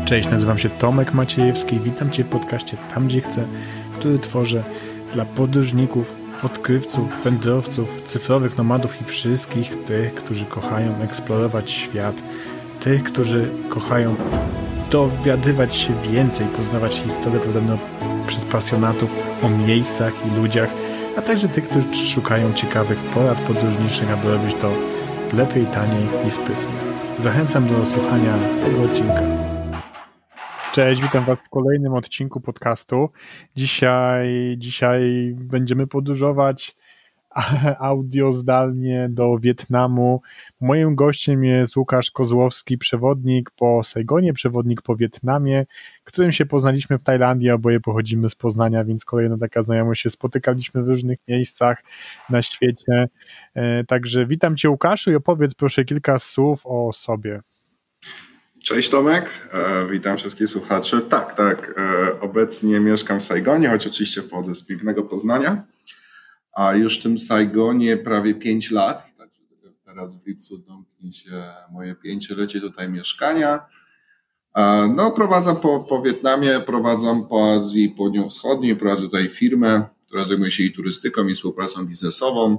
Cześć, nazywam się Tomek Maciejewski i witam Cię w podcaście Tam Gdzie Chcę, który tworzę dla podróżników, odkrywców, wędrowców, cyfrowych nomadów i wszystkich tych, którzy kochają eksplorować świat, tych, którzy kochają dowiadywać się więcej, poznawać historię podobno przez pasjonatów o miejscach i ludziach, a także tych, którzy szukają ciekawych porad podróżniczych, aby robić to lepiej, taniej i sprytnie. Zachęcam do słuchania tego odcinka. Cześć, witam Was w kolejnym odcinku podcastu. Dzisiaj będziemy podróżować audio zdalnie do Wietnamu. Moim gościem jest Łukasz Kozłowski, przewodnik po Saigonie, przewodnik po Wietnamie, którym się poznaliśmy w Tajlandii, oboje pochodzimy z Poznania, więc kolejna taka znajomość, się spotykaliśmy w różnych miejscach na świecie. Także witam Cię, Łukaszu, i opowiedz proszę kilka słów o sobie. Cześć Tomek, witam wszystkich słuchaczy. Tak, obecnie mieszkam w Saigonie, choć oczywiście pochodzę z pięknego Poznania, a już w tym Saigonie prawie 5 lat, także teraz w lipcu domknie się moje 5-lecie tutaj mieszkania. No, prowadzę po Wietnamie, prowadzę po Azji Południowo-Wschodniej, prowadzę tutaj firmę, która zajmuje się i turystyką, i współpracą biznesową.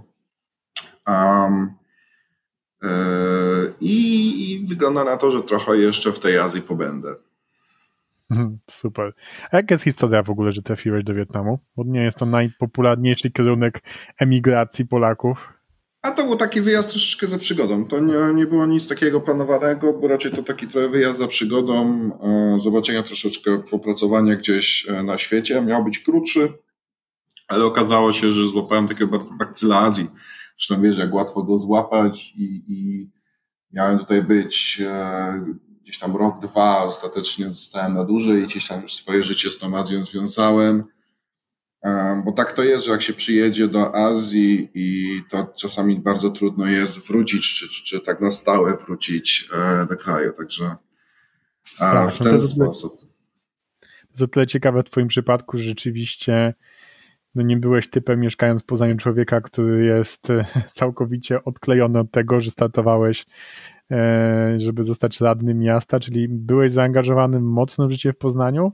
I wygląda na to, że trochę jeszcze w tej Azji pobędę. Super. A jaka jest historia w ogóle, że trafiłeś do Wietnamu? Bo nie jest to najpopularniejszy kierunek emigracji Polaków. A to był taki wyjazd troszeczkę za przygodą. To nie było nic takiego planowanego, bo raczej to taki trochę wyjazd za przygodą, zobaczenia troszeczkę, popracowania gdzieś na świecie. Miał być krótszy, ale okazało się, że złapałem takiego bakcyla Azji. Zresztą wiesz, jak łatwo go złapać i miałem tutaj być gdzieś tam rok, 2, ostatecznie zostałem na dłużej i gdzieś tam już swoje życie z tą Azją związałem. Bo tak to jest, że jak się przyjedzie do Azji i to czasami bardzo trudno jest wrócić, czy tak na stałe wrócić do kraju. Także tak, w ten sposób. To o tyle ciekawe w Twoim przypadku, że rzeczywiście nie byłeś typem, mieszkając w Poznaniu, człowieka, który jest całkowicie odklejony od tego, że startowałeś, żeby zostać radnym miasta, czyli byłeś zaangażowany mocno w życie w Poznaniu,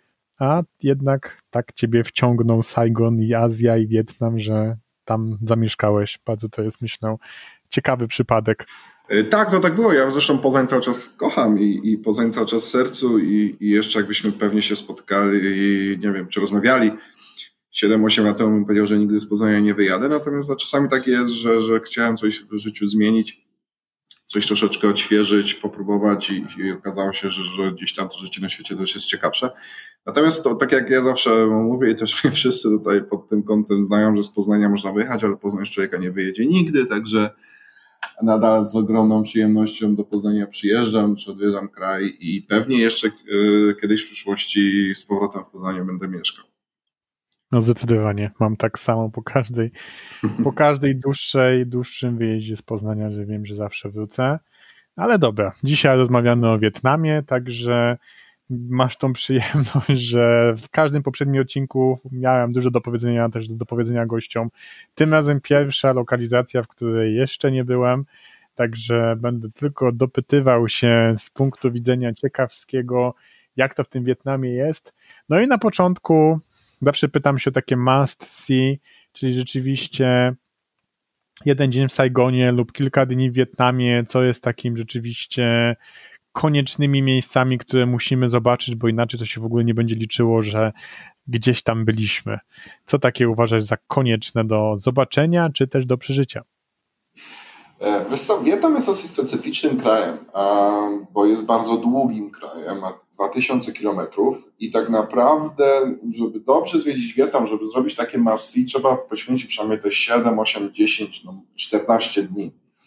a jednak tak Ciebie wciągnął Saigon i Azja i Wietnam, że tam zamieszkałeś. Bardzo to jest, myślę, ciekawy przypadek. Tak, no tak było. Ja zresztą Poznań cały czas kocham i Poznań cały czas w sercu i jeszcze jakbyśmy pewnie się spotkali i nie wiem, czy rozmawiali 7-8 lat temu, bym powiedział, że nigdy z Poznania nie wyjadę, natomiast czasami tak jest, że chciałem coś w życiu zmienić, coś troszeczkę odświeżyć, popróbować i okazało się, że gdzieś tam to życie na świecie też jest ciekawsze. Natomiast to, tak jak ja zawsze mówię i też mnie wszyscy tutaj pod tym kątem znają, że z Poznania można wyjechać, ale Poznań z człowieka nie wyjedzie nigdy, także nadal z ogromną przyjemnością do Poznania przyjeżdżam, czy odwiedzam kraj i pewnie jeszcze kiedyś w przyszłości z powrotem w Poznaniu będę mieszkał. No zdecydowanie. Mam tak samo po każdej dłuższym wyjeździe z Poznania, że wiem, że zawsze wrócę. Ale dobra, dzisiaj rozmawiamy o Wietnamie, także masz tą przyjemność, że w każdym poprzednim odcinku miałem dużo do powiedzenia, też do powiedzenia gościom. Tym razem pierwsza lokalizacja, w której jeszcze nie byłem, także będę tylko dopytywał się z punktu widzenia ciekawskiego, jak to w tym Wietnamie jest. No i na początku zawsze pytam się o takie must see, czyli rzeczywiście jeden dzień w Saigonie lub kilka dni w Wietnamie, co jest takim rzeczywiście koniecznymi miejscami, które musimy zobaczyć, bo inaczej to się w ogóle nie będzie liczyło, że gdzieś tam byliśmy. Co takie uważasz za konieczne do zobaczenia, czy też do przeżycia? Wiesz co, Wietnam jest dosyć specyficznym krajem, bo jest bardzo długim krajem, ma 2000 kilometrów i tak naprawdę, żeby dobrze zwiedzić Wietnam, żeby zrobić takie must-see, trzeba poświęcić przynajmniej te 7, 8, 10, 14 dni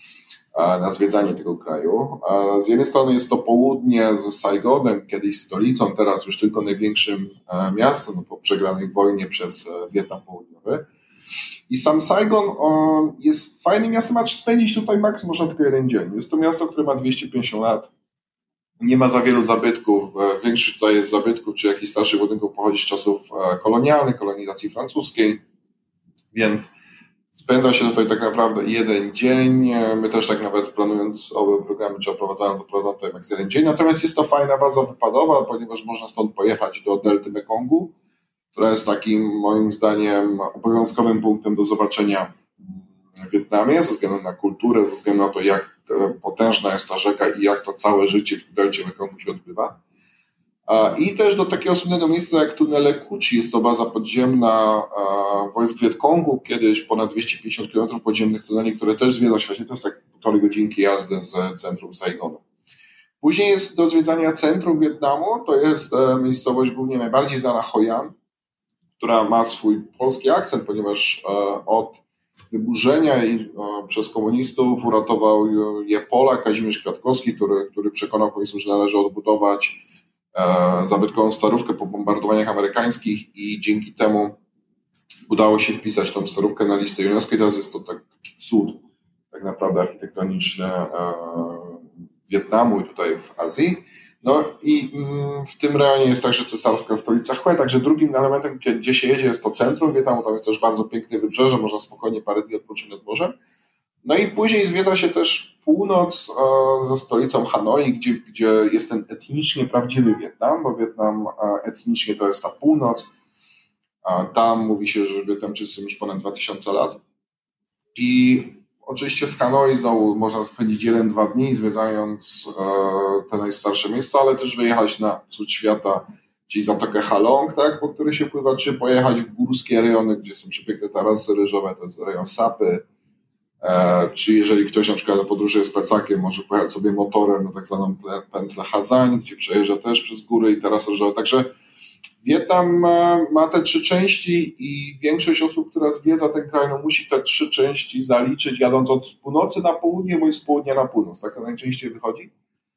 na zwiedzanie tego kraju. Z jednej strony jest to południe ze Saigonem, kiedyś stolicą, teraz już tylko największym miastem po przegranej wojnie przez Wietnam Południowy. I sam Saigon jest fajnym miastem, acz spędzić tutaj maks można tylko jeden dzień. Jest to miasto, które ma 250 lat. Nie ma za wielu zabytków. Większość tutaj jest zabytków, czy jakichś starszych budynków pochodzi z czasów kolonialnych, kolonizacji francuskiej. Więc Spędza się tutaj tak naprawdę jeden dzień. My też tak nawet planując owe programy, czy oprowadzając, zaprowadzam tutaj max jeden dzień. Natomiast jest to fajna baza wypadowa, ponieważ można stąd pojechać do delty Mekongu, która jest takim moim zdaniem obowiązkowym punktem do zobaczenia w Wietnamie, ze względu na kulturę, ze względu na to, jak potężna jest ta rzeka i jak to całe życie w delcie Mekongu się odbywa. I też do takiego słynnego miejsca jak tunele Kuci, jest to baza podziemna wojsk Wietkongu, kiedyś ponad 250 km podziemnych tuneli, które też zwiedza świecie, to jest tak 1,5 godzinki jazdy z centrum Saigonu. Później jest do zwiedzania centrum Wietnamu, to jest miejscowość głównie najbardziej znana Hoi An, która ma swój polski akcent, ponieważ od wyburzenia przez komunistów uratował je Polak Kazimierz Kwiatkowski, który przekonał komunistów, że należy odbudować zabytkową starówkę po bombardowaniach amerykańskich i dzięki temu udało się wpisać tą starówkę na listę UNESCO i teraz jest to taki cud tak naprawdę architektoniczny Wietnamu i tutaj w Azji. No i w tym rejonie jest także cesarska stolica Hue, także drugim elementem, gdzie się jedzie, jest to centrum Wietnamu, tam jest też bardzo piękne wybrzeże, można spokojnie parę dni odpocząć nad morzem. No i później zwiedza się też północ ze stolicą Hanoi, gdzie jest ten etnicznie prawdziwy Wietnam, bo Wietnam etnicznie to jest ta północ. Tam mówi się, że Wietnamczycy są już ponad 2000 lat. I oczywiście z Hanoi znowu można spędzić 1-2 dni zwiedzając te najstarsze miejsca, ale też wyjechać na cud świata, czyli Zatokę Halong, tak, po której się pływa, czy pojechać w górskie rejony, gdzie są przepiękne tarasy ryżowe, to jest rejon Sapy. Czy jeżeli ktoś na przykład podróżuje z plecakiem, może pojechać sobie motorem na tak zwaną pętlę Hazań, gdzie przejeżdża też przez góry i tarasy ryżowe. Także Wietnam ma te 3 części i większość osób, która zwiedza ten kraj, no musi te 3 części zaliczyć, jadąc od północy na południe, bądź z południa na północ. Tak to najczęściej wychodzi.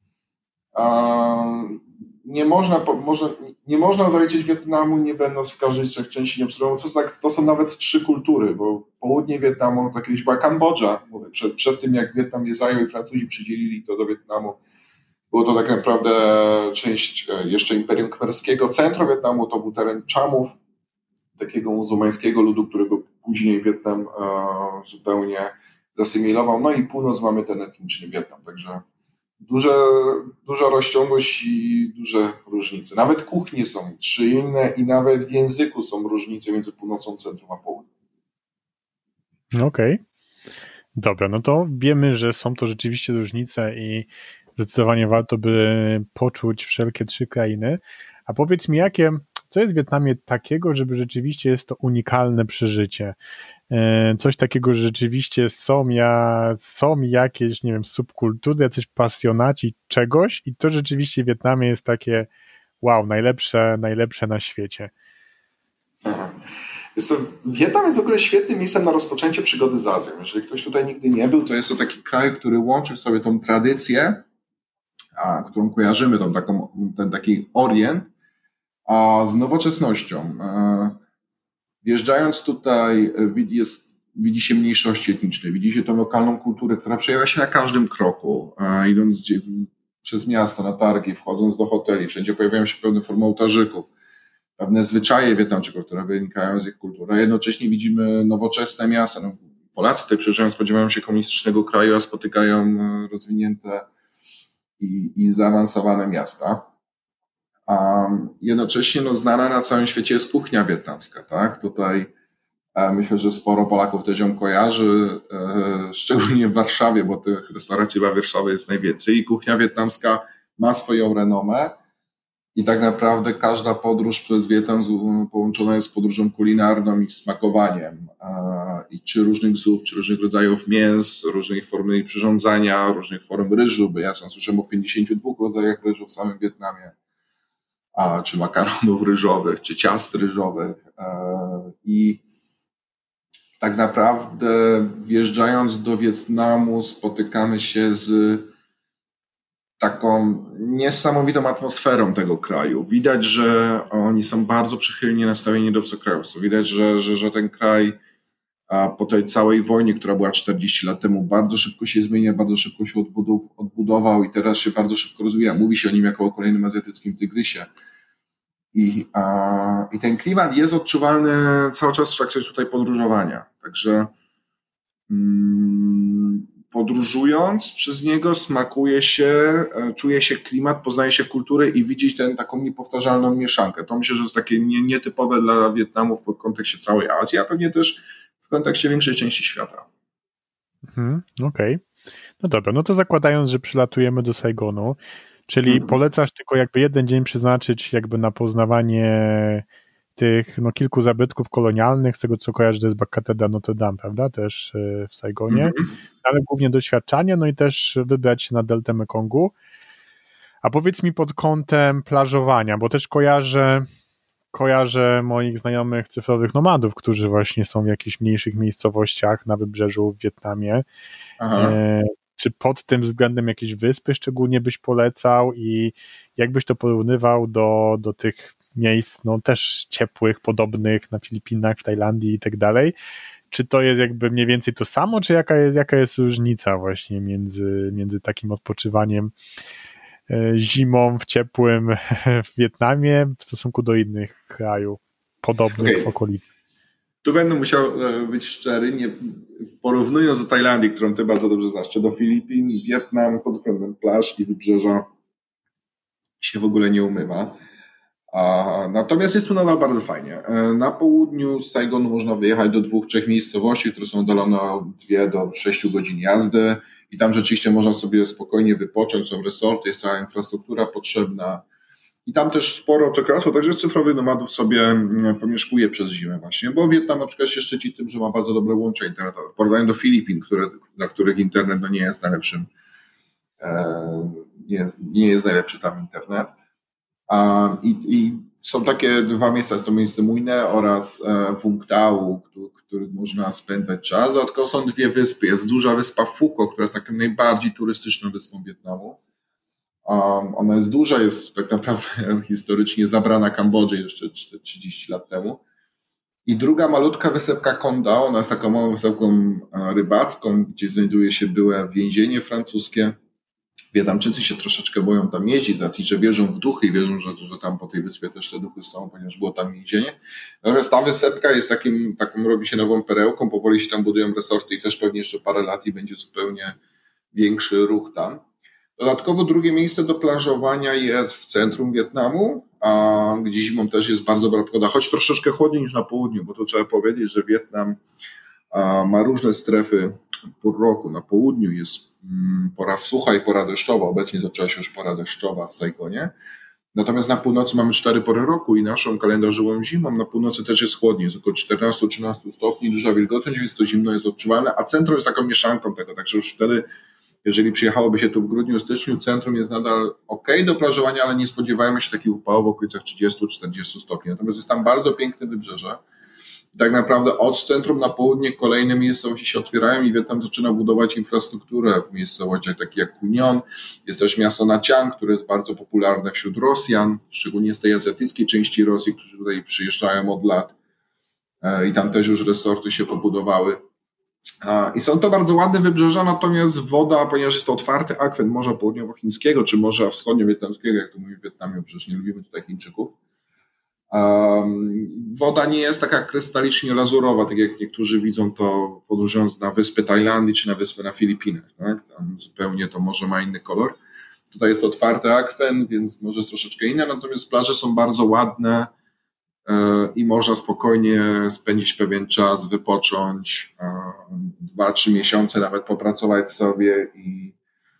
Nie można zaliczyć Wietnamu, nie będąc w każdej z 3 części nieobserwowaną. To są nawet 3 kultury, bo południe Wietnamu to kiedyś była Kambodża. Przed tym, jak Wietnam je zajął i Francuzi przydzielili to do Wietnamu, było to tak naprawdę część jeszcze Imperium Khmerskiego. Centrum Wietnamu to był teren Chamów, takiego muzułmańskiego ludu, którego później Wietnam zupełnie zasymilował. No i północ mamy ten etniczny Wietnam, także duża rozciągłość i duże różnice. Nawet kuchnie są 3 inne i nawet w języku są różnice między północą, centrum a południem. Okej. Dobra, no to wiemy, że są to rzeczywiście różnice i zdecydowanie warto by poczuć wszelkie 3 krainy. A powiedz mi, co jest w Wietnamie takiego, żeby rzeczywiście jest to unikalne przeżycie? Coś takiego, że rzeczywiście są jakieś, nie wiem, subkultury, jacyś pasjonaci czegoś i to rzeczywiście w Wietnamie jest takie wow, najlepsze na świecie. Wietnam jest w ogóle świetnym miejscem na rozpoczęcie przygody z Azją. Jeżeli ktoś tutaj nigdy nie był, to jest to taki kraj, który łączy w sobie tą tradycję, którą kojarzymy, ten taki orient, z nowoczesnością. Wjeżdżając tutaj widzi się mniejszości etniczne, widzi się tą lokalną kulturę, która przejawia się na każdym kroku. Idąc przez miasto, na targi, wchodząc do hoteli, wszędzie pojawiają się pewne formy ołtarzyków, pewne zwyczaje Wietnamczyków, które wynikają z ich kultury. A jednocześnie widzimy nowoczesne miasta. No, Polacy tutaj przyjeżdżają, spodziewają się komunistycznego kraju, a spotykają rozwinięte i zaawansowane miasta. A jednocześnie znana na całym świecie jest kuchnia wietnamska. Tak? Tutaj myślę, że sporo Polaków też ją kojarzy, szczególnie w Warszawie, bo tych restauracji w Warszawie jest najwięcej i kuchnia wietnamska ma swoją renomę. I tak naprawdę każda podróż przez Wietnam połączona jest z podróżą kulinarną i smakowaniem. I czy różnych zup, czy różnych rodzajów mięs, różnych form ich przyrządzania, różnych form ryżu, bo ja sam słyszałem o 52 rodzajach ryżu w samym Wietnamie, czy makaronów ryżowych, czy ciast ryżowych. I tak naprawdę wjeżdżając do Wietnamu spotykamy się z taką niesamowitą atmosferą tego kraju. Widać, że oni są bardzo przychylnie nastawieni do obcokrajowców. Widać, że ten kraj po tej całej wojnie, która była 40 lat temu, bardzo szybko się zmienia, bardzo szybko się odbudował i teraz się bardzo szybko rozwija. Mówi się o nim jako o kolejnym azjatyckim tygrysie. I ten klimat jest odczuwalny cały czas w trakcie tutaj podróżowania. Także podróżując przez niego smakuje się, czuje się klimat, poznaje się kulturę i widzi taką niepowtarzalną mieszankę. To myślę, że jest takie nietypowe dla Wietnamu w kontekście całej Azji, a pewnie też w kontekście większej części świata. Okej. No dobra, no to zakładając, że przylatujemy do Saigonu, czyli polecasz tylko jakby jeden dzień przeznaczyć jakby na poznawanie tych kilku zabytków kolonialnych, z tego co kojarzę, to jest katedra Notre Dame, prawda, też w Saigonie, ale głównie doświadczanie, no i też wybrać się na deltę Mekongu. A powiedz mi pod kątem plażowania, bo też kojarzę moich znajomych cyfrowych nomadów, którzy właśnie są w jakichś mniejszych miejscowościach na wybrzeżu w Wietnamie. Czy pod tym względem jakieś wyspy szczególnie byś polecał i jakbyś to porównywał do tych miejsc, no też ciepłych, podobnych na Filipinach, w Tajlandii i tak dalej? Czy to jest jakby mniej więcej to samo, czy jaka jest różnica właśnie między takim odpoczywaniem zimą w ciepłym w Wietnamie w stosunku do innych krajów podobnych w okolicy? Tu będę musiał być szczery, porównując do Tajlandii, którą ty bardzo dobrze znasz, czy do Filipin i Wietnam pod względem plaż i wybrzeża się w ogóle nie umywa. Natomiast jest tu nadal bardzo fajnie. Na południu z Saigonu można wyjechać do 2-3 miejscowości, które są oddalone o 2 do 6 godzin jazdy i tam rzeczywiście można sobie spokojnie wypocząć, są resorty, jest cała infrastruktura potrzebna i tam też sporo co krasło, także cyfrowych nomadów sobie pomieszkuje przez zimę właśnie, bo Wietnam na przykład się szczyci tym, że ma bardzo dobre łącze internetowe w porównaniu do Filipin, dla których internet nie jest najlepszym, nie jest najlepszy tam internet. I są takie 2 miejsca, jest to miejsce Mujne oraz Vung Tau, w których można spędzać czas. Dodatkowo są 2 wyspy. Jest duża wyspa Phuco, która jest taką najbardziej turystyczną wyspą Wietnamu. Ona jest duża, jest tak naprawdę historycznie zabrana Kambodży jeszcze 30 lat temu. I druga malutka wysepka Con Dao, ona jest taką małą wysepką rybacką, gdzie znajduje się byłe więzienie francuskie. Wietnamczycy się troszeczkę boją tam jeździć, z racji, że wierzą w duchy i wierzą, że tam po tej wyspie też te duchy są, ponieważ było tam więzienie. Natomiast ta wysepka jest taką robi się nową perełką, powoli się tam budują resorty i też pewnie jeszcze parę lat i będzie zupełnie większy ruch tam. Dodatkowo drugie miejsce do plażowania jest w centrum Wietnamu, gdzie zimą też jest bardzo dobra pogoda, choć troszeczkę chłodniej niż na południu, bo to trzeba powiedzieć, że Wietnam ma różne strefy pór roku. Na południu jest pora sucha i pora deszczowa. Obecnie zaczęła się już pora deszczowa w Saigonie. Natomiast na północy mamy 4 pory roku i naszą kalendarzową zimą na północy też jest chłodniej. Jest około 14-13 stopni, duża wilgotność, więc to zimno jest odczuwalne, a centrum jest taką mieszanką tego, także już wtedy, jeżeli przyjechałoby się tu w grudniu, styczniu, centrum jest nadal ok do plażowania, ale nie spodziewajmy się takich upałów w okolicach 30-40 stopni. Natomiast jest tam bardzo piękne wybrzeże. Tak naprawdę od centrum na południe kolejne miejscowości się otwierają i Wietnam zaczyna budować infrastrukturę w miejscowościach takich jak Cunion. Jest też miasto Nha Trang, które jest bardzo popularne wśród Rosjan, szczególnie z tej azjatyckiej części Rosji, którzy tutaj przyjeżdżają od lat i tam też już resorty się pobudowały. I są to bardzo ładne wybrzeża, natomiast woda, ponieważ jest to otwarty akwen Morza Południowochińskiego czy Morza Wschodnio-Wietnamskiego, jak to mówi w Wietnamie, przecież nie lubimy tutaj Chińczyków. Woda nie jest taka krystalicznie lazurowa, tak jak niektórzy widzą to podróżując na wyspy Tajlandii czy na wyspy na Filipinach. Tak? Tam zupełnie to morze ma inny kolor. Tutaj jest to otwarty akwen, więc może jest troszeczkę inne, natomiast plaże są bardzo ładne i można spokojnie spędzić pewien czas, wypocząć, 2-3 miesiące nawet popracować sobie i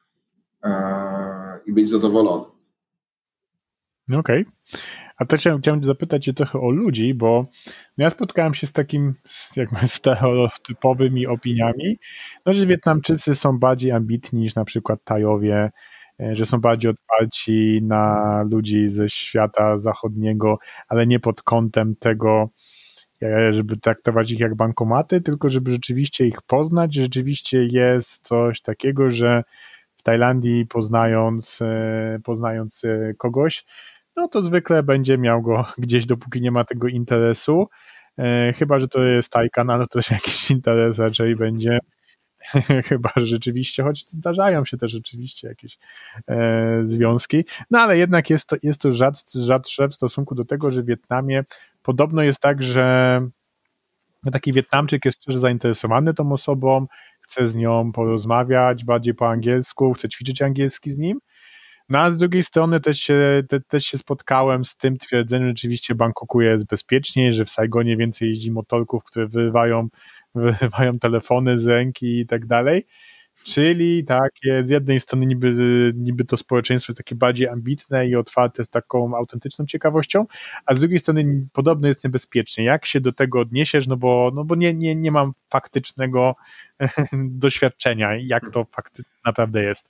być zadowolony. Okej. A też chciałem zapytać cię trochę o ludzi, bo ja spotkałem się z takim jakby stereotypowymi opiniami, no, że Wietnamczycy są bardziej ambitni niż na przykład Tajowie, że są bardziej otwarci na ludzi ze świata zachodniego, ale nie pod kątem tego, żeby traktować ich jak bankomaty, tylko żeby rzeczywiście ich poznać, że rzeczywiście jest coś takiego, że w Tajlandii poznając kogoś, no to zwykle będzie miał go gdzieś, dopóki nie ma tego interesu, chyba że to jest Tajkan, ale to też jakiś interes raczej będzie, chyba że rzeczywiście, choć zdarzają się też rzeczywiście jakieś związki, no ale jednak jest to rzadsze w stosunku do tego, że w Wietnamie podobno jest tak, że taki Wietnamczyk jest szczerze zainteresowany tą osobą, chce z nią porozmawiać bardziej po angielsku, chce ćwiczyć angielski z nim. No a z drugiej strony też się spotkałem z tym twierdzeniem, że rzeczywiście Bangkoku jest bezpieczniej, że w Saigonie więcej jeździ motorków, które wyrywają telefony z ręki i tak dalej. Czyli takie z jednej strony niby to społeczeństwo jest takie bardziej ambitne i otwarte z taką autentyczną ciekawością, a z drugiej strony podobno jest niebezpiecznie. Jak się do tego odniesiesz, no bo nie mam faktycznego doświadczenia, jak to naprawdę jest.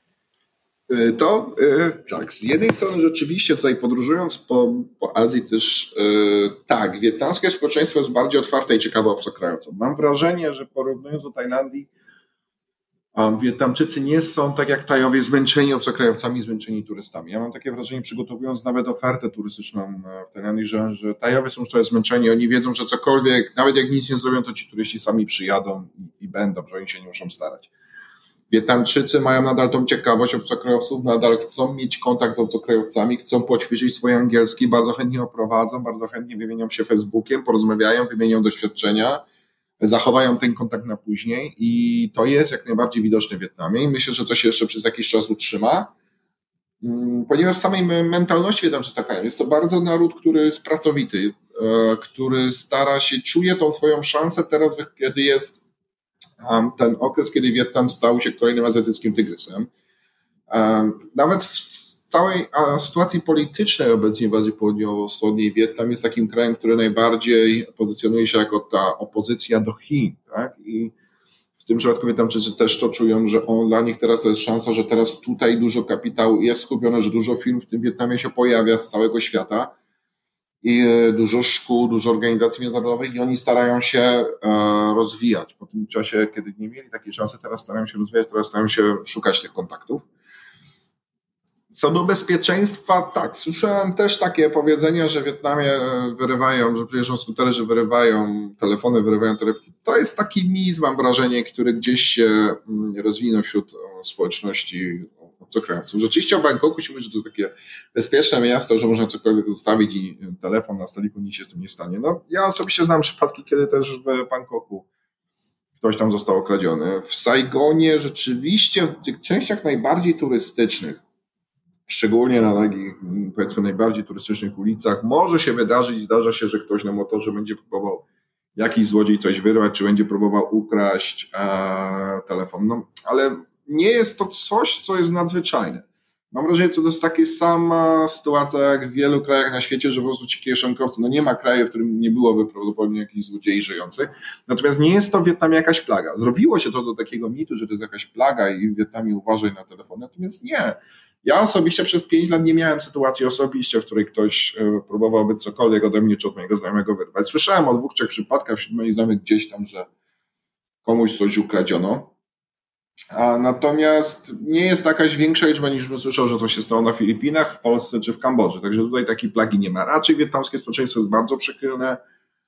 To tak, z jednej strony rzeczywiście tutaj podróżując po Azji też tak, wietnamskie społeczeństwo jest bardziej otwarte i ciekawe obcokrajowcom. Mam wrażenie, że porównując do Tajlandii, Wietnamczycy nie są tak jak Tajowie zmęczeni obcokrajowcami, zmęczeni turystami. Ja mam takie wrażenie, przygotowując nawet ofertę turystyczną w Tajlandii, że Tajowie są już trochę zmęczeni, oni wiedzą, że cokolwiek, nawet jak nic nie zrobią, to ci turyści sami przyjadą i będą, że oni się nie muszą starać. Wietnamczycy mają nadal tą ciekawość obcokrajowców, nadal chcą mieć kontakt z obcokrajowcami, chcą poćwiczyć swoje angielski, bardzo chętnie oprowadzą, bardzo chętnie wymienią się Facebookiem, porozmawiają, wymienią doświadczenia, zachowają ten kontakt na później i to jest jak najbardziej widoczne w Wietnamie i myślę, że to się jeszcze przez jakiś czas utrzyma, ponieważ z samej mentalności Wietnamczycy tak jest to bardzo naród, który jest pracowity, który stara się, czuje tą swoją szansę teraz, kiedy jest ten okres, kiedy Wietnam stał się kolejnym azjatyckim tygrysem. Nawet w całej sytuacji politycznej obecnie w Azji Południowo-Wschodniej Wietnam jest takim krajem, który najbardziej pozycjonuje się jako ta opozycja do Chin. Tak? I w tym przypadku Wietnamczycy też to czują, że dla nich teraz to jest szansa, że teraz tutaj dużo kapitału jest skupione, że dużo firm w tym Wietnamie się pojawia z całego świata i dużo szkół, dużo organizacji międzynarodowych i oni starają się rozwijać. Po tym czasie, kiedy nie mieli takiej szansy, teraz starają się rozwijać, teraz starają się szukać tych kontaktów. Co do bezpieczeństwa, tak, słyszałem też takie powiedzenia, że w Wietnamie wyrywają, że przyjeżdżą skutery, że wyrywają telefony, wyrywają torebki. To jest taki mit, mam wrażenie, który gdzieś się rozwinął wśród społeczności obcokrajowców. Rzeczywiście o Bangkoku się mówi, że to jest takie bezpieczne miasto, że można cokolwiek zostawić i telefon na stoliku, nic się z tym nie stanie. No, ja osobiście znam przypadki, kiedy też w Bangkoku ktoś tam został okradziony. W Saigonie rzeczywiście w tych częściach najbardziej turystycznych, szczególnie na takich, powiedzmy, najbardziej turystycznych ulicach, może się wydarzyć, zdarza się, że ktoś na motorze będzie próbował, jakiś złodziej coś wyrwać, czy będzie próbował ukraść telefon. No, ale nie jest to coś, co jest nadzwyczajne. Mam wrażenie, że to jest taka sama sytuacja jak w wielu krajach na świecie, że po prostu ci kieszonkowcy, no nie ma kraju, w którym nie byłoby prawdopodobnie jakichś złodziei żyjących. Natomiast nie jest to w Wietnamie jakaś plaga. Zrobiło się to do takiego mitu, że to jest jakaś plaga i w Wietnamie uważaj na telefon. Natomiast nie. Ja osobiście przez 5 lat nie miałem sytuacji osobiście, w której ktoś próbowałby cokolwiek ode mnie czy od mojego znajomego wyrwać. Słyszałem o 2-3 przypadkach wśród moich znajomych gdzieś tam, że komuś coś ukradziono. Natomiast nie jest jakaś większa liczba niż bym słyszał, że to się stało na Filipinach, w Polsce czy w Kambodży. Także tutaj takiej plagi nie ma. Raczej wietnamskie społeczeństwo jest bardzo przychylne,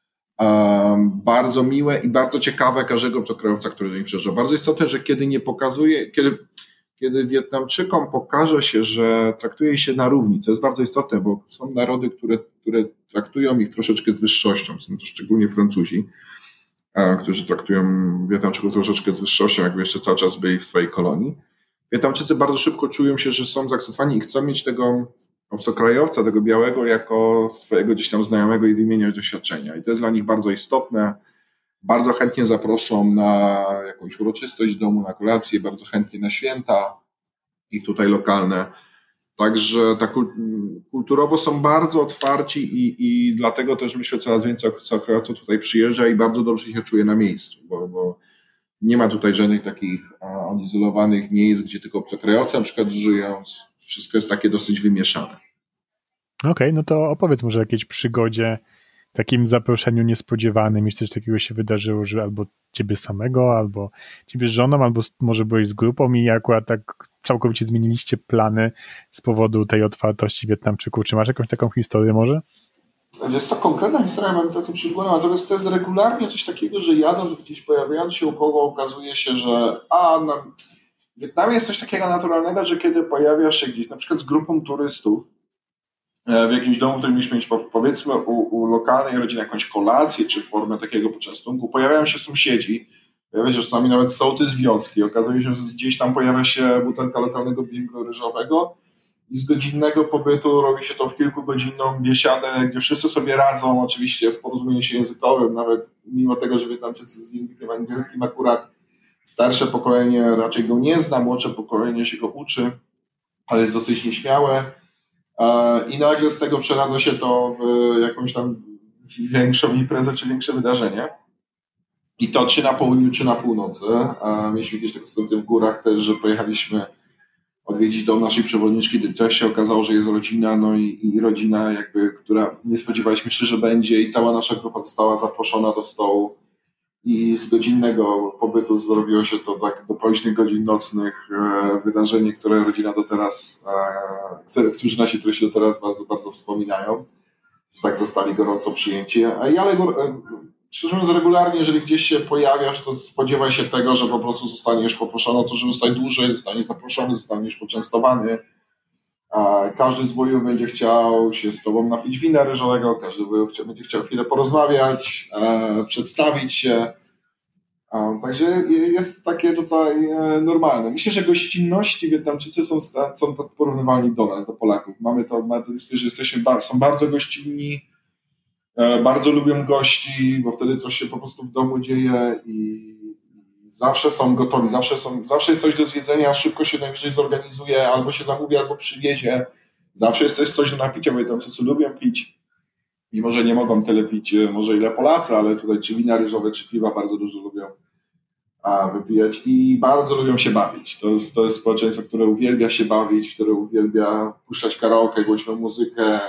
bardzo miłe i bardzo ciekawe każdego obcokrajowca, który do nich przyjeżdża. Bardzo istotne, że kiedy nie pokazuje, kiedy Wietnamczykom pokaże się, że traktuje się na równi, co jest bardzo istotne, bo są narody, które traktują ich troszeczkę z wyższością, są to szczególnie Francuzi, którzy traktują Wietnamczyków troszeczkę z wyższością, jakby jeszcze cały czas byli w swojej kolonii. Wietnamczycy bardzo szybko czują się, że są zaakceptowani i chcą mieć tego obcokrajowca, tego białego, jako swojego gdzieś tam znajomego i wymieniać doświadczenia. I to jest dla nich bardzo istotne. Bardzo chętnie zaproszą na jakąś uroczystość w domu, na kolację, bardzo chętnie na święta i tutaj lokalne. Także tak kulturowo są bardzo otwarci i dlatego też myślę, coraz więcej obcokrajowców tutaj przyjeżdża i bardzo dobrze się czuje na miejscu, bo nie ma tutaj żadnych takich odizolowanych miejsc, gdzie tylko obcokrajowcy na przykład żyją. Wszystko jest takie dosyć wymieszane. Okej, no to opowiedz może o jakiejś przygodzie, takim zaproszeniu niespodziewanym, jeśli coś takiego się wydarzyło, że albo ciebie samego, albo ciebie z żoną, albo może byłeś z grupą i akurat tak całkowicie zmieniliście plany z powodu tej otwartości Wietnamczyków. Czy masz jakąś taką historię może? Wiesz co, konkretna historia mam taką przygodę, natomiast to jest regularnie coś takiego, że jadąc gdzieś, pojawiając się u kogo, okazuje się, że w Wietnamie jest coś takiego naturalnego, że kiedy pojawiasz się gdzieś, na przykład z grupą turystów, w jakimś domu, który mieliśmy mieć, powiedzmy, u lokalnej rodziny jakąś kolację, czy formę takiego poczęstunku, pojawiają się sąsiedzi, pojawia się czasami nawet sołtys wioski, okazuje się, że gdzieś tam pojawia się butelka lokalnego bingru ryżowego i z godzinnego pobytu robi się to w kilkugodzinną biesiadę, gdzie wszyscy sobie radzą, oczywiście w porozumieniu się językowym, nawet mimo tego, że Wietnamczycy z językiem angielskim akurat starsze pokolenie raczej go nie zna, młodsze pokolenie się go uczy, ale jest dosyć nieśmiałe. I nagle z tego przeradza się to w jakąś tam większą imprezę czy większe wydarzenie. I to czy na południu, czy na północy. Mieliśmy jakieś taką sytuację w górach też, że pojechaliśmy odwiedzić dom naszej przewodniczki, gdy też się okazało, że jest rodzina, no i rodzina jakby, która nie spodziewaliśmy się, że będzie i cała nasza grupa została zaproszona do stołu i z godzinnego pobytu zrobiło się to tak do późnych godzin nocnych wydarzenie, które rodzina do teraz, którzy nasi turyści do teraz bardzo, bardzo wspominają, że tak zostali gorąco przyjęci. Ale szczerze mówiąc, regularnie, jeżeli gdzieś się pojawiasz, to spodziewaj się tego, że po prostu zostaniesz poproszony o to, żeby zostać dłużej, zostaniesz zaproszony, zostaniesz poczęstowany. Każdy z wujów będzie chciał się z tobą napić wina ryżowego, każdy wujuk będzie chciał chwilę porozmawiać, przedstawić się. Także jest takie tutaj normalne. Myślę, że gościnności Wietnamczycy są tak porównywalni do nas, do Polaków. Mamy to bardzo bliskie, że są bardzo gościnni, bardzo lubią gości, bo wtedy coś się po prostu w domu dzieje i zawsze są gotowi, zawsze jest coś do zjedzenia, szybko się najwyżej zorganizuje, albo się zamówi, albo przywiezie. Zawsze jest coś do napicia, bo Wietnamczycy lubią pić. Mimo że nie mogą tyle pić, może ile Polacy, ale tutaj czy wina ryżowe, czy piwa bardzo dużo lubią wypijać i bardzo lubią się bawić. To jest społeczeństwo, które uwielbia się bawić, które uwielbia puszczać karaoke, głośną muzykę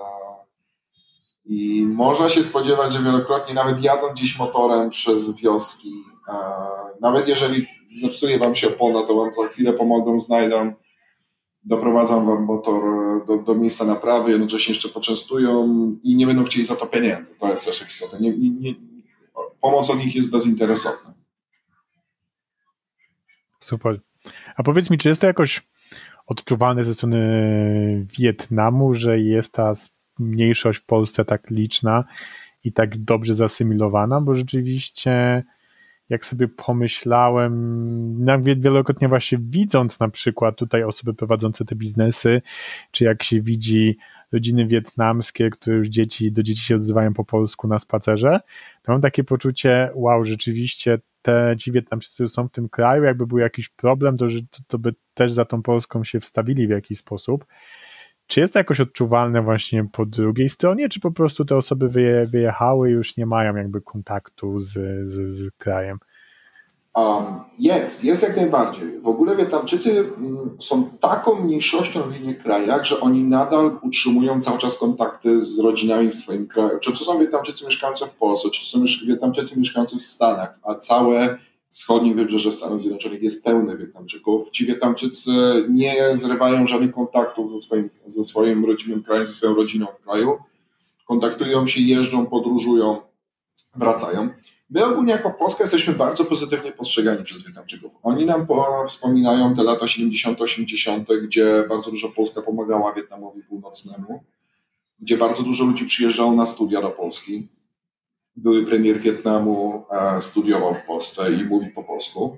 i można się spodziewać, że wielokrotnie nawet jadąc gdzieś motorem przez wioski, nawet jeżeli zepsuje wam się opona, to wam za chwilę pomogą, znajdą, doprowadzą wam motor do miejsca naprawy, jednocześnie jeszcze poczęstują i nie będą chcieli za to pieniędzy. To jest też istotne. Pomoc od nich jest bezinteresowna. Super. A powiedz mi, czy jest to jakoś odczuwalne ze strony Wietnamu, że jest ta mniejszość w Polsce tak liczna i tak dobrze zasymilowana, bo rzeczywiście jak sobie pomyślałem, wielokrotnie właśnie widząc na przykład tutaj osoby prowadzące te biznesy, czy jak się widzi rodziny wietnamskie, które już do dzieci się odzywają po polsku na spacerze, to mam takie poczucie, wow, rzeczywiście ci Wietnamczycy, którzy są w tym kraju, jakby był jakiś problem, to by też za tą Polską się wstawili w jakiś sposób. Czy jest to jakoś odczuwalne właśnie po drugiej stronie, czy po prostu te osoby wyjechały i już nie mają jakby kontaktu z krajem? Jest jak najbardziej. W ogóle Wietnamczycy są taką mniejszością w innych krajach, że oni nadal utrzymują cały czas kontakty z rodzinami w swoim kraju. Czy to są Wietnamczycy mieszkający w Polsce, czy to są Wietnamczycy mieszkający w Stanach, a całe wschodnie wybrzeże Stanów Zjednoczonych jest pełne Wietnamczyków. Ci Wietnamczycy nie zrywają żadnych kontaktów ze swoim rodzinnym krajem, ze swoją rodziną w kraju. Kontaktują się, jeżdżą, podróżują, wracają. My ogólnie jako Polska jesteśmy bardzo pozytywnie postrzegani przez Wietnamczyków. Oni nam wspominają te lata 70., 80., gdzie bardzo dużo Polska pomagała Wietnamowi Północnemu, gdzie bardzo dużo ludzi przyjeżdżało na studia do Polski. Były premier Wietnamu, studiował w Polsce i mówi po polsku.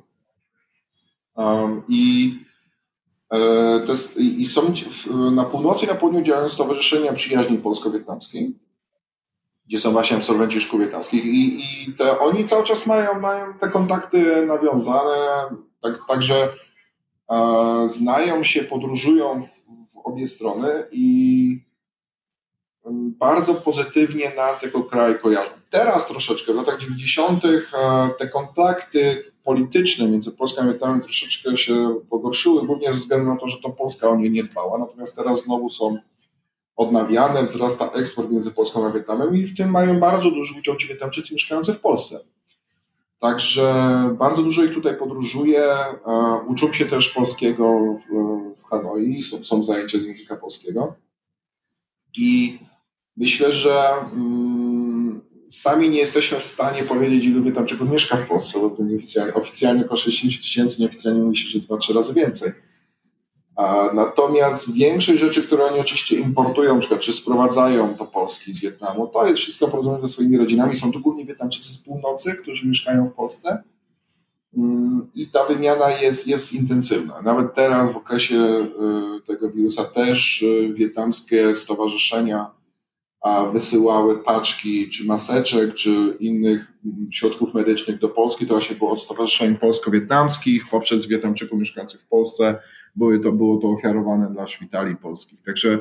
I są na północy i na południu działają stowarzyszenia przyjaźni polsko-wietnamskiej, gdzie są właśnie absolwenci szkół wietnamskich i oni cały czas mają te kontakty nawiązane, także znają się, podróżują w obie strony i bardzo pozytywnie nas jako kraj kojarzą. Teraz troszeczkę, w latach 90. Te kontakty polityczne między Polską a Wietnamem troszeczkę się pogorszyły, głównie ze względu na to, że to Polska o nie nie dbała, natomiast teraz znowu są odnawiane, wzrasta eksport między Polską a Wietnamem i w tym mają bardzo duży udział ci Wietnamczycy mieszkający w Polsce. Także bardzo dużo ich tutaj podróżuje, uczą się też polskiego w Hanoi, są zajęcia z języka polskiego i myślę, że sami nie jesteśmy w stanie powiedzieć, ilu Wietnamczyków mieszka w Polsce, bo to oficjalnie około 60 000, nieoficjalnie mówi się, że 2-3 razy więcej. Natomiast większość rzeczy, które oni oczywiście importują, na przykład czy sprowadzają do Polski z Wietnamu, to jest wszystko porozumione ze swoimi rodzinami. Są tu głównie Wietnamczycy z północy, którzy mieszkają w Polsce. I ta wymiana jest intensywna. Nawet teraz w okresie tego wirusa też wietnamskie stowarzyszenia wysyłały paczki czy maseczek, czy innych środków medycznych do Polski. To właśnie było od stowarzyszeń polsko-wietnamskich poprzez Wietnamczyków mieszkających w Polsce. Było to ofiarowane dla szpitali polskich. Także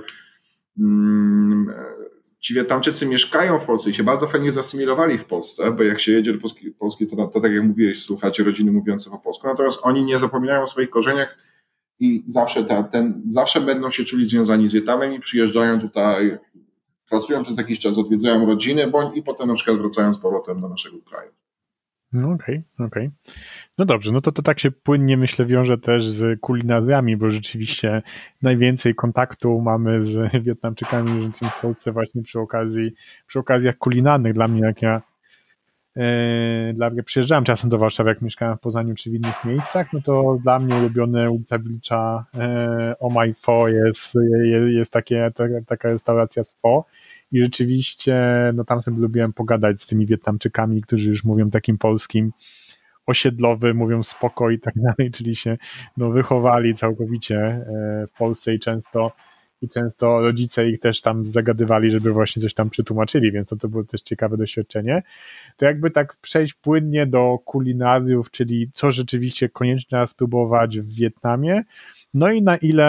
ci Wietnamczycy mieszkają w Polsce i się bardzo fajnie zasymilowali w Polsce, bo jak się jedzie do Polski, to tak jak mówiłeś, słuchacie rodziny mówiące po polsku, natomiast oni nie zapominają o swoich korzeniach i zawsze będą się czuli związani z Wietnamem i przyjeżdżają tutaj, pracują przez jakiś czas, odwiedzają rodziny, i potem na przykład wracają z powrotem do naszego kraju. No okej. No dobrze, no to tak się płynnie, myślę, wiąże też z kulinariami, bo rzeczywiście najwięcej kontaktu mamy z Wietnamczykami żyjącymi w Polsce właśnie przy okazjach kulinarnych. Dla mnie, jak ja przyjeżdżałem czasem do Warszawy, jak mieszkałem w Poznaniu czy w innych miejscach, no to dla mnie ulubione ulica Wilcza Oh My Pho jest taka restauracja z pho i rzeczywiście no tam sobie lubiłem pogadać z tymi Wietnamczykami, którzy już mówią takim polskim osiedlowy, mówią spoko i tak dalej, czyli się wychowali całkowicie w Polsce i często rodzice ich też tam zagadywali, żeby właśnie coś tam przetłumaczyli, więc to było też ciekawe doświadczenie. To jakby tak przejść płynnie do kulinariów, czyli co rzeczywiście koniecznie trzeba spróbować w Wietnamie, no i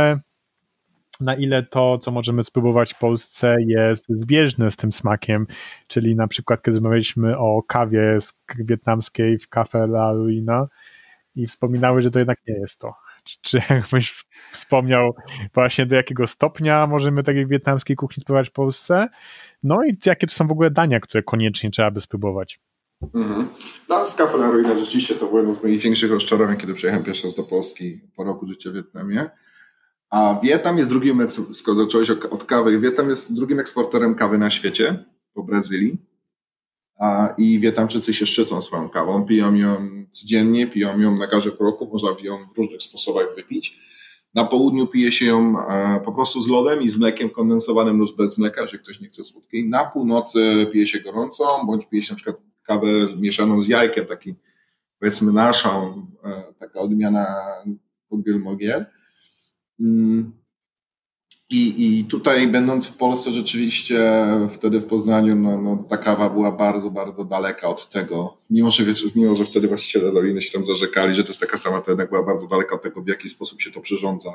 na ile to, co możemy spróbować w Polsce, jest zbieżne z tym smakiem, czyli na przykład kiedy rozmawialiśmy o kawie wietnamskiej w Café La Ruina i wspominały, że to jednak nie jest to. Czy jakbyś wspomniał właśnie do jakiego stopnia możemy takiej wietnamskiej kuchni spróbować w Polsce? No i jakie to są w ogóle dania, które koniecznie trzeba by spróbować? No, z Café La Ruina rzeczywiście to było jedno z moich większych rozczarowań, kiedy przyjechałem pierwszy raz do Polski po roku życia w Wietnamie. A Wietnam jest skoro zacząłeś od kawy, Wietnam jest drugim eksporterem kawy na świecie, po Brazylii. I Wietnamczycy się szczycą swoją kawą, piją ją codziennie, piją ją na każdym kroku, można ją w różnych sposobach wypić. Na południu pije się ją po prostu z lodem i z mlekiem kondensowanym lub bez mleka, jeżeli ktoś nie chce słodkiej. Na północy pije się gorącą, bądź pije się na przykład kawę mieszaną z jajkiem, taki powiedzmy naszą, taka odmiana Mogiel. I tutaj będąc w Polsce rzeczywiście wtedy w Poznaniu ta kawa była bardzo, bardzo daleka od tego, mimo że wtedy właściciele Doliny się tam zarzekali, że to jest taka sama, to jednak była bardzo daleka od tego, w jaki sposób się to przyrządza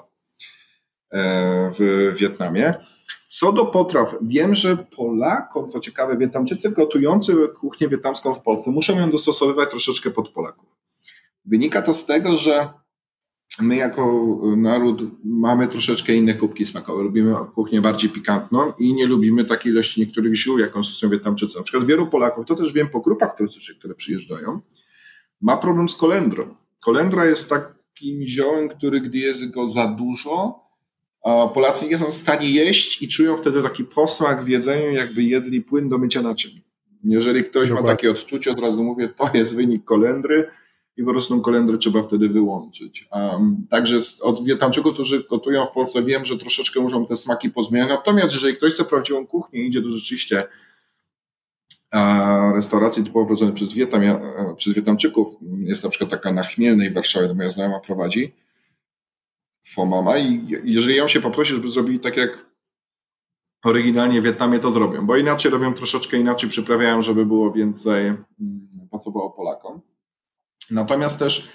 w Wietnamie. Co do potraw, wiem, że Polakom, co ciekawe, Wietnamczycy gotujący kuchnię wietnamską w Polsce muszą ją dostosowywać troszeczkę pod Polaków. Wynika to z tego, że my jako naród mamy troszeczkę inne kubki smakowe. Lubimy kuchnię bardziej pikantną i nie lubimy takiej ilości niektórych ziół, jaką stosują Wietnamczycy. Na przykład wielu Polaków, to też wiem po grupach turystycznych, które przyjeżdżają, ma problem z kolendrą. Kolendra jest takim ziołem, który gdy jest go za dużo, Polacy nie są w stanie jeść i czują wtedy taki posmak w jedzeniu, jakby jedli płyn do mycia naczyń. Jeżeli ktoś ma takie odczucie, od razu mówię, to jest wynik kolendry, i po prostu tą kolendrę trzeba wtedy wyłączyć. Także od Wietnamczyków, którzy gotują w Polsce, wiem, że troszeczkę muszą te smaki pozmieniać. Natomiast jeżeli ktoś chce prawdziwą kuchnię, idzie do rzeczywiście restauracji typowo prowadzonej przez Wietnamczyków, jest na przykład taka na Chmielnej w Warszawie, to moja znajoma prowadzi, Pho Mama, i jeżeli ją się poprosi, żeby zrobili tak jak oryginalnie w Wietnamie, to zrobią, bo inaczej robią troszeczkę inaczej, przyprawiają, żeby było więcej pasowało Polakom. Natomiast też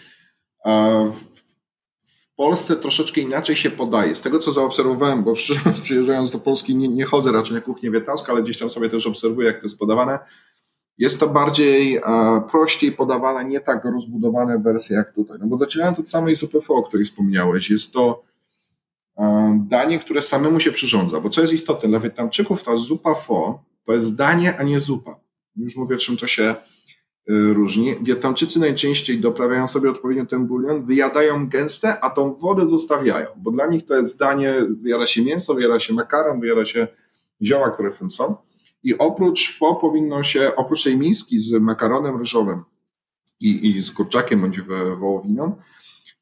w Polsce troszeczkę inaczej się podaje. Z tego, co zaobserwowałem, bo szczerze mówiąc, przyjeżdżając do Polski nie chodzę raczej na kuchnię wietnamską, ale gdzieś tam sobie też obserwuję, jak to jest podawane. Jest to bardziej prościej podawane, nie tak rozbudowane wersje jak tutaj. No bo zaczynałem od samej zupy pho, o której wspomniałeś. Jest to danie, które samemu się przyrządza. Bo co jest istotne, dla Wietnamczyków ta zupa pho to jest danie, a nie zupa. Już mówię, czym to się różni. Wietnamczycy najczęściej doprawiają sobie odpowiednio ten bulion, wyjadają gęste, a tą wodę zostawiają, bo dla nich to jest danie, wyjada się mięso, wyjada się makaron, wyjada się zioła, które w tym są. I oprócz pho powinno się, oprócz tej miski z makaronem ryżowym i z kurczakiem bądź wołowiną,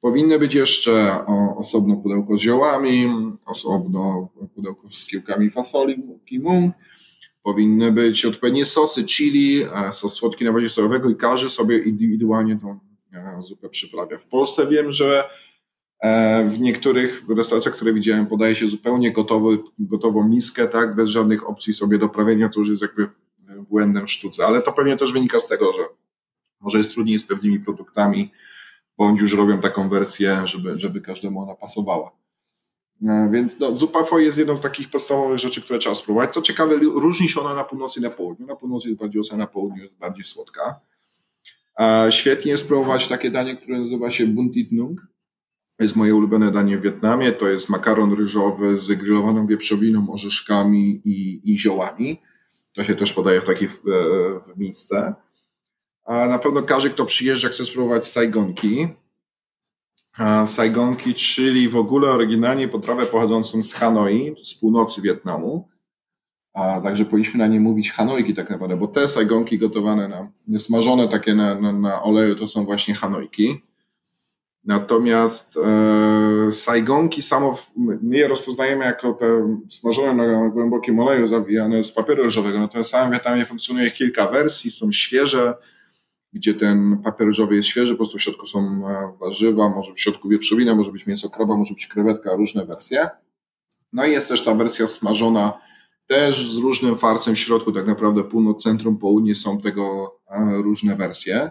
Powinny być jeszcze osobno pudełko z ziołami, osobno pudełko z kiełkami fasoli, mung. Powinny być odpowiednie sosy chili, sos słodki na bazie sojowego i każdy sobie indywidualnie tą zupę przyprawia. W Polsce wiem, że w niektórych restauracjach, które widziałem, podaje się zupełnie gotową miskę, tak, bez żadnych opcji sobie doprawienia, co już jest jakby błędem w sztuce. Ale to pewnie też wynika z tego, że może jest trudniej z pewnymi produktami, bądź już robią taką wersję, żeby każdemu ona pasowała. Więc zupa foi jest jedną z takich podstawowych rzeczy, które trzeba spróbować. Co ciekawe, różni się ona na północy i na południu. Na północy jest bardziej ostra, na południu jest bardziej słodka. Świetnie jest spróbować takie danie, które nazywa się bun thit nung. To jest moje ulubione danie w Wietnamie. To jest makaron ryżowy z grillowaną wieprzowiną, orzeszkami i ziołami. To się też podaje w takiej w misce. A na pewno każdy, kto przyjeżdża, chce spróbować saigonki. Saigonki, czyli w ogóle oryginalnie potrawę pochodzącą z Hanoi, z północy Wietnamu. Także powinniśmy na nie mówić Hanojki tak naprawdę, bo te saigonki gotowane smażone takie na oleju to są właśnie Hanojki. Natomiast saigonki samo, my je rozpoznajemy jako te smażone na głębokim oleju zawijane z papieru ryżowego. Natomiast w samym Wietnamie funkcjonuje kilka wersji, są świeże, gdzie ten papier ryżowy jest świeży, po prostu w środku są warzywa, może w środku wieprzowina, może być mięso kraba, może być krewetka, różne wersje. No i jest też ta wersja smażona, też z różnym farcem w środku, tak naprawdę północ, centrum, południe są tego różne wersje.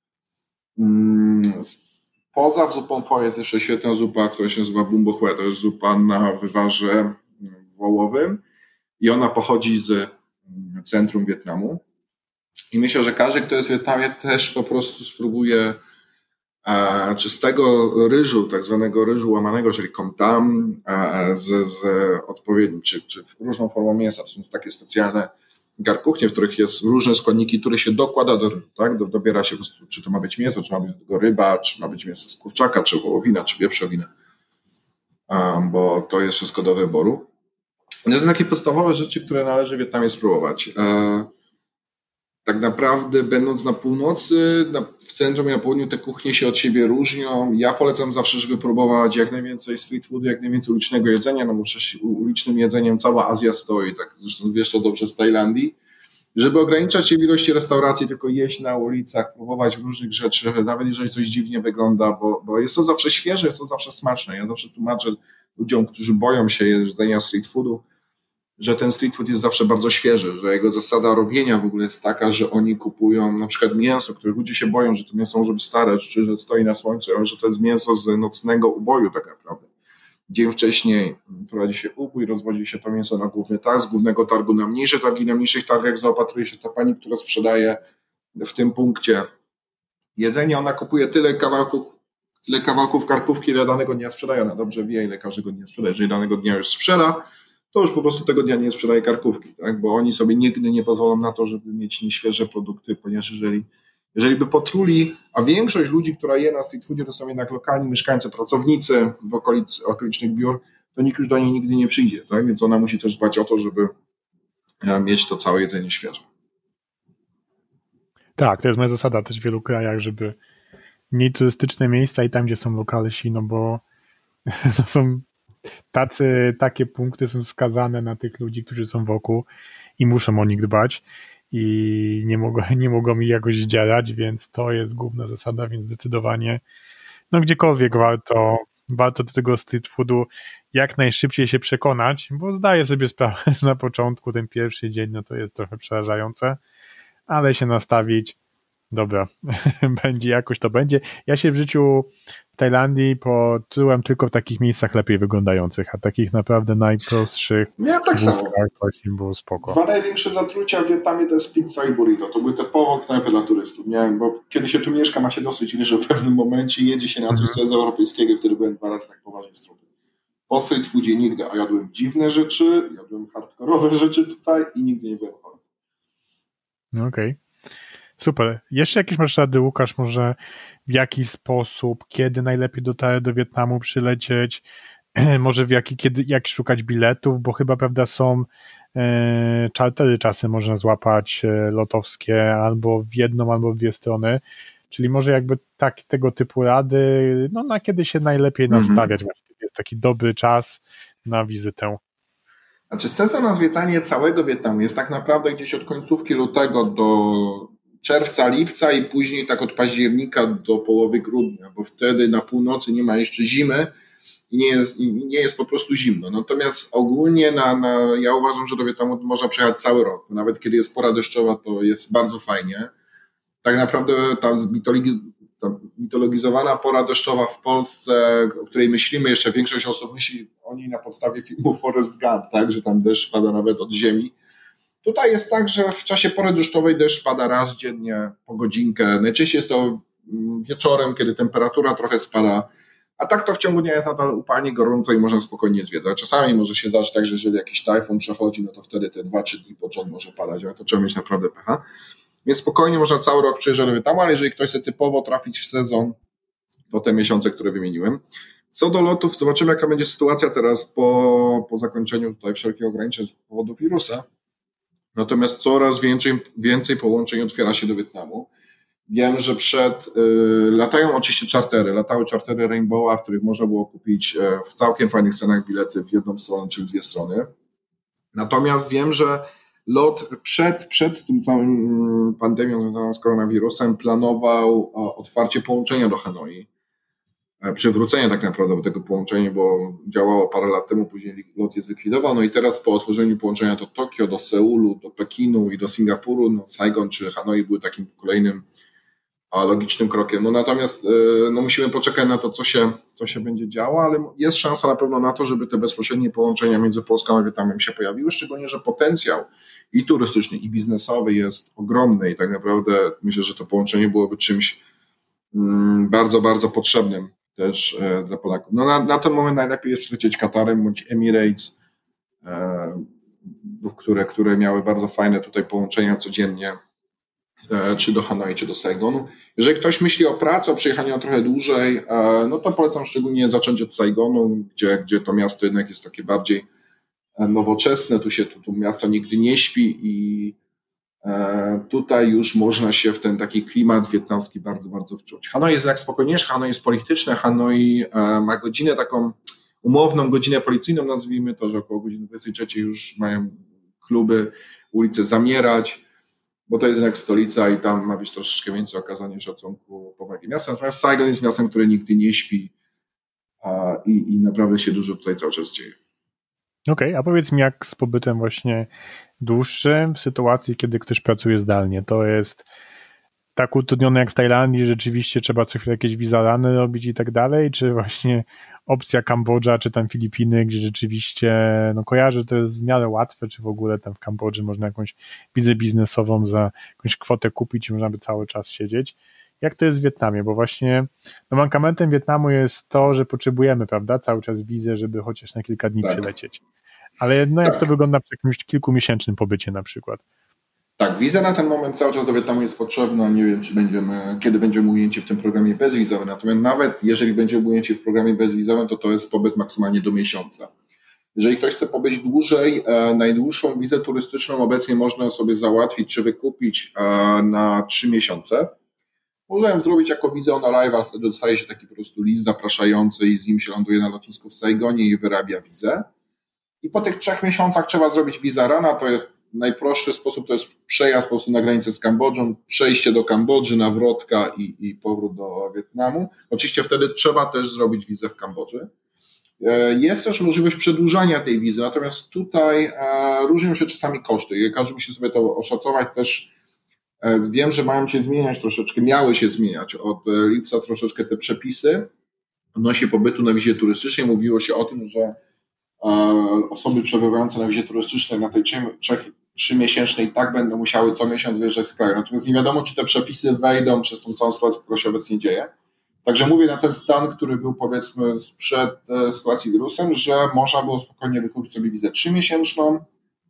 Poza zupą pho jest jeszcze świetna zupa, która się nazywa bun bo hue. To jest zupa na wywarze wołowym i ona pochodzi z centrum Wietnamu. I myślę, że każdy, kto jest w Wietnamie, też po prostu spróbuje czystego ryżu, tak zwanego ryżu łamanego, czyli com tam, z odpowiednim, czy różną formą mięsa. To są takie specjalne garkuchnie, w których jest różne składniki, które się dokłada do ryżu, tak? Dobiera się po prostu, czy to ma być mięso, czy ma być do tego ryba, czy ma być mięso z kurczaka, czy wołowina, czy wieprzowina, bo to jest wszystko do wyboru. To są takie podstawowe rzeczy, które należy w Wietnamie spróbować. Tak naprawdę będąc na północy, w centrum i na południu te kuchnie się od siebie różnią. Ja polecam zawsze, żeby próbować jak najwięcej street foodu, jak najwięcej ulicznego jedzenia, no bo przecież ulicznym jedzeniem cała Azja stoi, tak zresztą wiesz to dobrze z Tajlandii. Żeby ograniczać się w ilości restauracji, tylko jeść na ulicach, próbować różnych rzeczy, nawet jeżeli coś dziwnie wygląda, bo jest to zawsze świeże, jest to zawsze smaczne. Ja zawsze tłumaczę ludziom, którzy boją się jedzenia street foodu, że ten street food jest zawsze bardzo świeży, że jego zasada robienia w ogóle jest taka, że oni kupują na przykład mięso, które ludzie się boją, że to mięso może być stare, czy że stoi na słońcu, ale że to jest mięso z nocnego uboju tak naprawdę. Dzień wcześniej prowadzi się ubój, rozwozi się to mięso na główny targ, z głównego targu na mniejsze targi, na mniejszych targach zaopatruje się ta pani, która sprzedaje w tym punkcie jedzenie, ona kupuje tyle kawałków karkówki, ile danego dnia sprzedaje. Ona dobrze wie, ile każdego dnia sprzedaje. Jeżeli danego dnia już sprzeda, to już po prostu tego dnia nie sprzedaje karkówki, tak? Bo oni sobie nigdy nie pozwolą na to, żeby mieć nieświeże produkty, ponieważ jeżeli by potruli, a większość ludzi, która je na street foodzie, to są jednak lokalni mieszkańcy, pracownicy w okolicznych biur, to nikt już do niej nigdy nie przyjdzie, tak? Więc ona musi też dbać o to, żeby mieć to całe jedzenie świeże. Tak, to jest moja zasada też w wielu krajach, żeby mieć turystyczne miejsca i tam, gdzie są lokalsi, no bo to są takie punkty są skazane na tych ludzi, którzy są wokół i muszą o nich dbać i nie mogą ich jakoś zdzierać, więc to jest główna zasada, więc zdecydowanie no gdziekolwiek warto do tego street foodu jak najszybciej się przekonać, bo zdaję sobie sprawę, że na początku ten pierwszy dzień no to jest trochę przerażające, ale się nastawić, dobra, będzie jakoś to będzie. Ja się w życiu w Tajlandii poczułem tylko w takich miejscach lepiej wyglądających, a takich naprawdę najprostszych Miałem tak samo. Właśnie było spoko. Dwa największe zatrucia w Wietnamie to jest pizza i burrito. To były typowo knajpy dla turystów. Bo kiedy się tu mieszka, ma się dosyć ile, że w pewnym momencie jedzie się na coś, co jest europejskiego, wtedy byłem 2 razy tak poważnie struty. Po street foodzie nigdy, a jadłem dziwne rzeczy, jadłem hardkorowe rzeczy tutaj i nigdy nie byłem chory. Okej. Super. Jeszcze jakieś masz rady, Łukasz, może w jaki sposób, kiedy najlepiej do Wietnamu przylecieć, może jak szukać biletów, bo chyba, prawda, są czartery czasem można złapać lotowskie albo w jedną, albo w dwie strony. Czyli może jakby tego typu rady, no na kiedy się najlepiej nastawiać, właśnie kiedy jest taki dobry czas na wizytę. Znaczy sezon na zwiedzanie całego Wietnamu jest tak naprawdę gdzieś od końcówki lutego do czerwca, lipca i później tak od października do połowy grudnia, bo wtedy na północy nie ma jeszcze zimy i nie jest po prostu zimno. Natomiast ogólnie ja uważam, że do Wietnamu można przyjechać cały rok. Nawet kiedy jest pora deszczowa, to jest bardzo fajnie. Tak naprawdę ta mitologizowana pora deszczowa w Polsce, o której myślimy, jeszcze większość osób myśli o niej na podstawie filmu Forrest Gump, tak, że tam deszcz pada nawet od ziemi. Tutaj jest tak, że w czasie pory deszczowej deszcz pada raz dziennie po godzinkę. Najczęściej jest to wieczorem, kiedy temperatura trochę spada, a tak to w ciągu dnia jest nadal upalnie gorąco i można spokojnie zwiedzać. Czasami może się zdarzyć tak, że jeżeli jakiś tajfun przechodzi, no to wtedy te 2-3 dni pod rząd może padać, ale to trzeba mieć naprawdę pecha. Więc spokojnie można cały rok przyjeżdżać do Wietnamu, ale jeżeli ktoś chce typowo trafić w sezon, to te miesiące, które wymieniłem. Co do lotów, zobaczymy, jaka będzie sytuacja teraz po zakończeniu tutaj wszelkich ograniczeń z powodu wirusa. Natomiast coraz więcej połączeń otwiera się do Wietnamu. Wiem, że latają oczywiście latały czartery Rainbowa, w których można było kupić w całkiem fajnych cenach bilety w jedną stronę czy w dwie strony. Natomiast wiem, że lot przed tym całym pandemią związaną z koronawirusem planował otwarcie połączenia do Hanoi. Przywrócenie tak naprawdę do tego połączenia, bo działało parę lat temu, później lot je zlikwidował. No i teraz po otworzeniu połączenia do Tokio, do Seulu, do Pekinu i do Singapuru, no Saigon czy Hanoi były takim kolejnym logicznym krokiem. No natomiast musimy poczekać na to, co się będzie działo, ale jest szansa na pewno na to, żeby te bezpośrednie połączenia między Polską a Wietnamem się pojawiły, szczególnie, że potencjał i turystyczny, i biznesowy jest ogromny i tak naprawdę myślę, że to połączenie byłoby czymś bardzo, bardzo potrzebnym też dla Polaków. No na ten moment najlepiej jest przylecieć Katarem bądź Emirates, które miały bardzo fajne tutaj połączenia codziennie, czy do Hanoi, czy do Saigonu. Jeżeli ktoś myśli o pracy, o przyjechaniu na trochę dłużej, no to polecam szczególnie zacząć od Saigonu, gdzie to miasto jednak jest takie bardziej nowoczesne, tu miasto nigdy nie śpi i tutaj już można się w ten taki klimat wietnamski bardzo, bardzo wczuć. Hanoi jest jak spokojniejsze, Hanoi jest polityczne, Hanoi ma godzinę taką umowną, godzinę policyjną, nazwijmy to, że około godziny 23 już mają kluby, ulice zamierać, bo to jest jednak stolica i tam ma być troszeczkę więcej okazania szacunku powagi miasta. Natomiast Saigon jest miastem, które nigdy nie śpi i naprawdę się dużo tutaj cały czas dzieje. Okej, a powiedz mi, jak z pobytem właśnie dłuższym w sytuacji, kiedy ktoś pracuje zdalnie? To jest tak utrudnione jak w Tajlandii, rzeczywiście trzeba co chwilę jakieś wizarany robić i tak dalej, czy właśnie opcja Kambodża, czy tam Filipiny, gdzie rzeczywiście kojarzę, że to jest w miarę łatwe, czy w ogóle tam w Kambodży można jakąś wizę biznesową za jakąś kwotę kupić i można by cały czas siedzieć. Jak to jest w Wietnamie? Bo właśnie mankamentem Wietnamu jest to, że potrzebujemy, prawda, cały czas wizę, żeby chociaż na kilka dni przylecieć. Ale jak to wygląda przy jakimś kilkumiesięcznym pobycie na przykład? Tak, wiza na ten moment cały czas do Wietnamu jest potrzebna. Nie wiem, kiedy będziemy ujęci w tym programie bezwizowym. Natomiast nawet jeżeli będziemy ujęci w programie bezwizowym, to jest pobyt maksymalnie do miesiąca. Jeżeli ktoś chce pobyć dłużej, najdłuższą wizę turystyczną obecnie można sobie załatwić czy wykupić na 3 miesiące. Można ją zrobić jako wizę on arrival, wtedy dostaje się taki po prostu list zapraszający i z nim się ląduje na lotnisku w Saigonie i wyrabia wizę. I po tych 3 miesiącach trzeba zrobić visa rana, to jest najprostszy sposób, to jest przejazd po prostu na granicę z Kambodżą, przejście do Kambodży, nawrotka i powrót do Wietnamu. Oczywiście wtedy trzeba też zrobić wizę w Kambodży. Jest też możliwość przedłużania tej wizy, natomiast tutaj różnią się czasami koszty. Każdy musi sobie to oszacować też. Wiem, że mają się zmieniać troszeczkę, miały się zmieniać od lipca troszeczkę te przepisy odnośnie pobytu na wizie turystycznej. Mówiło się o tym, że osoby przebywające na wizie turystycznej na tej 3-miesięcznej tak będą musiały co miesiąc wyjeżdżać z kraju. Natomiast nie wiadomo, czy te przepisy wejdą przez tą całą sytuację, która się obecnie dzieje. Także mówię na ten stan, który był powiedzmy sprzed sytuacji wirusem, że można było spokojnie wykupić sobie wizę 3-miesięczną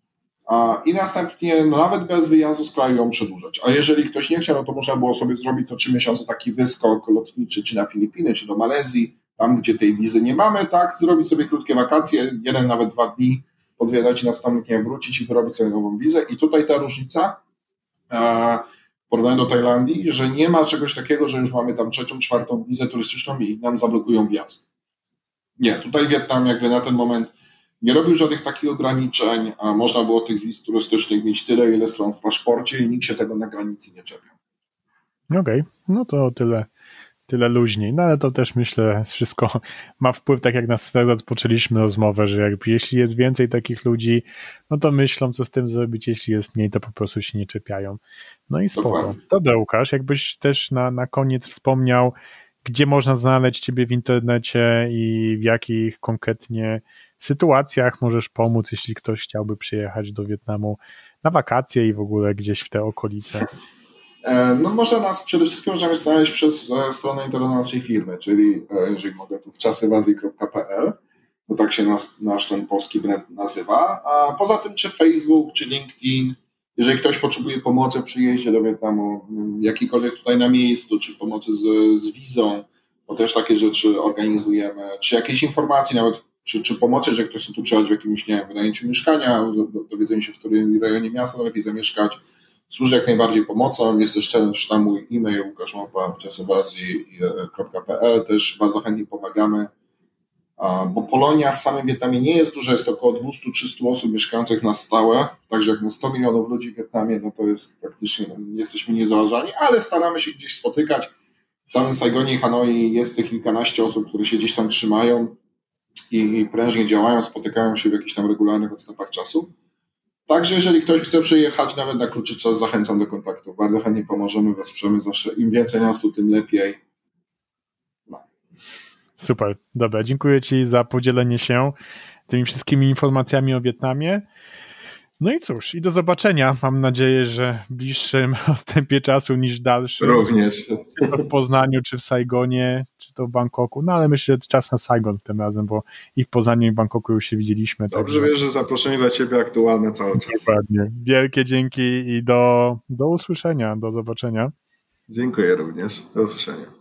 i następnie nawet bez wyjazdu z kraju ją przedłużać. A jeżeli ktoś nie chciał, to można było sobie zrobić to 3 miesiące taki wyskok lotniczy, czy na Filipiny, czy do Malezji, tam gdzie tej wizy nie mamy, tak, zrobić sobie krótkie wakacje, 1 nawet 2 dni, odwiedzać i następnie wrócić i wyrobić sobie nową wizę. I tutaj ta różnica porównaniu do Tajlandii, że nie ma czegoś takiego, że już mamy tam 3., 4. wizę turystyczną i nam zablokują wjazd. Nie, tutaj Wietnam jakby na ten moment nie robił żadnych takich ograniczeń, a można było tych wiz turystycznych mieć tyle, ile stron w paszporcie i nikt się tego na granicy nie czepiał. Okej, no to tyle luźniej. No ale to też myślę, wszystko ma wpływ, tak jak nas rozpoczęliśmy rozmowę, że jeśli jest więcej takich ludzi, no to myślą, co z tym zrobić, jeśli jest mniej, to po prostu się nie czepiają. No i spoko. Dokładnie. Dobra, Łukasz, jakbyś też na koniec wspomniał, gdzie można znaleźć ciebie w internecie i w jakich konkretnie sytuacjach możesz pomóc, jeśli ktoś chciałby przyjechać do Wietnamu na wakacje i w ogóle gdzieś w te okolice. No może nas przede wszystkim możemy znaleźć przez stronę internetową naszej firmy, czyli jeżeli mogę tu wczasywazji.pl, bo tak się nasz ten polski brand nazywa, a poza tym czy Facebook, czy LinkedIn, jeżeli ktoś potrzebuje pomocy w przyjeździe do Wietnamu, jakikolwiek tutaj na miejscu, czy pomocy z wizą, bo też takie rzeczy organizujemy, czy jakieś informacje nawet, czy pomocy, że ktoś chce tu przyjechać w jakimś, nie wiem, wynajęciu mieszkania, dowiedzeniu się, w którym rejonie miasta lepiej zamieszkać, służy jak najbardziej pomocą. Jest też tam mój e-mail łukaszmałpa@wczasywazji.pl, też bardzo chętnie pomagamy, bo Polonia w samym Wietnamie nie jest duża, jest około 200-300 osób mieszkających na stałe, także jak na 100 milionów ludzi w Wietnamie, no to jest praktycznie, jesteśmy niezauważalni, ale staramy się gdzieś spotykać. W samym Saigonie i Hanoi jest tych kilkanaście osób, które się gdzieś tam trzymają i prężnie działają, spotykają się w jakichś tam regularnych odstępach czasu. Także jeżeli ktoś chce przyjechać nawet na krótszy czas, zachęcam do kontaktu. Bardzo chętnie pomożemy, wesprzemy, zawsze im więcej nas tu, tym lepiej. No. Super, dobra, dziękuję Ci za podzielenie się tymi wszystkimi informacjami o Wietnamie. No i cóż, i do zobaczenia. Mam nadzieję, że w bliższym odstępie czasu niż dalszym. Również. Czy to w Poznaniu, czy w Saigonie, czy to w Bangkoku. No ale myślę, że czas na Saigon tym razem, bo i w Poznaniu, i w Bangkoku już się widzieliśmy. Dobrze wiesz, że zaproszenie dla Ciebie aktualne cały czas. Dokładnie. Wielkie dzięki i do usłyszenia, do zobaczenia. Dziękuję również. Do usłyszenia.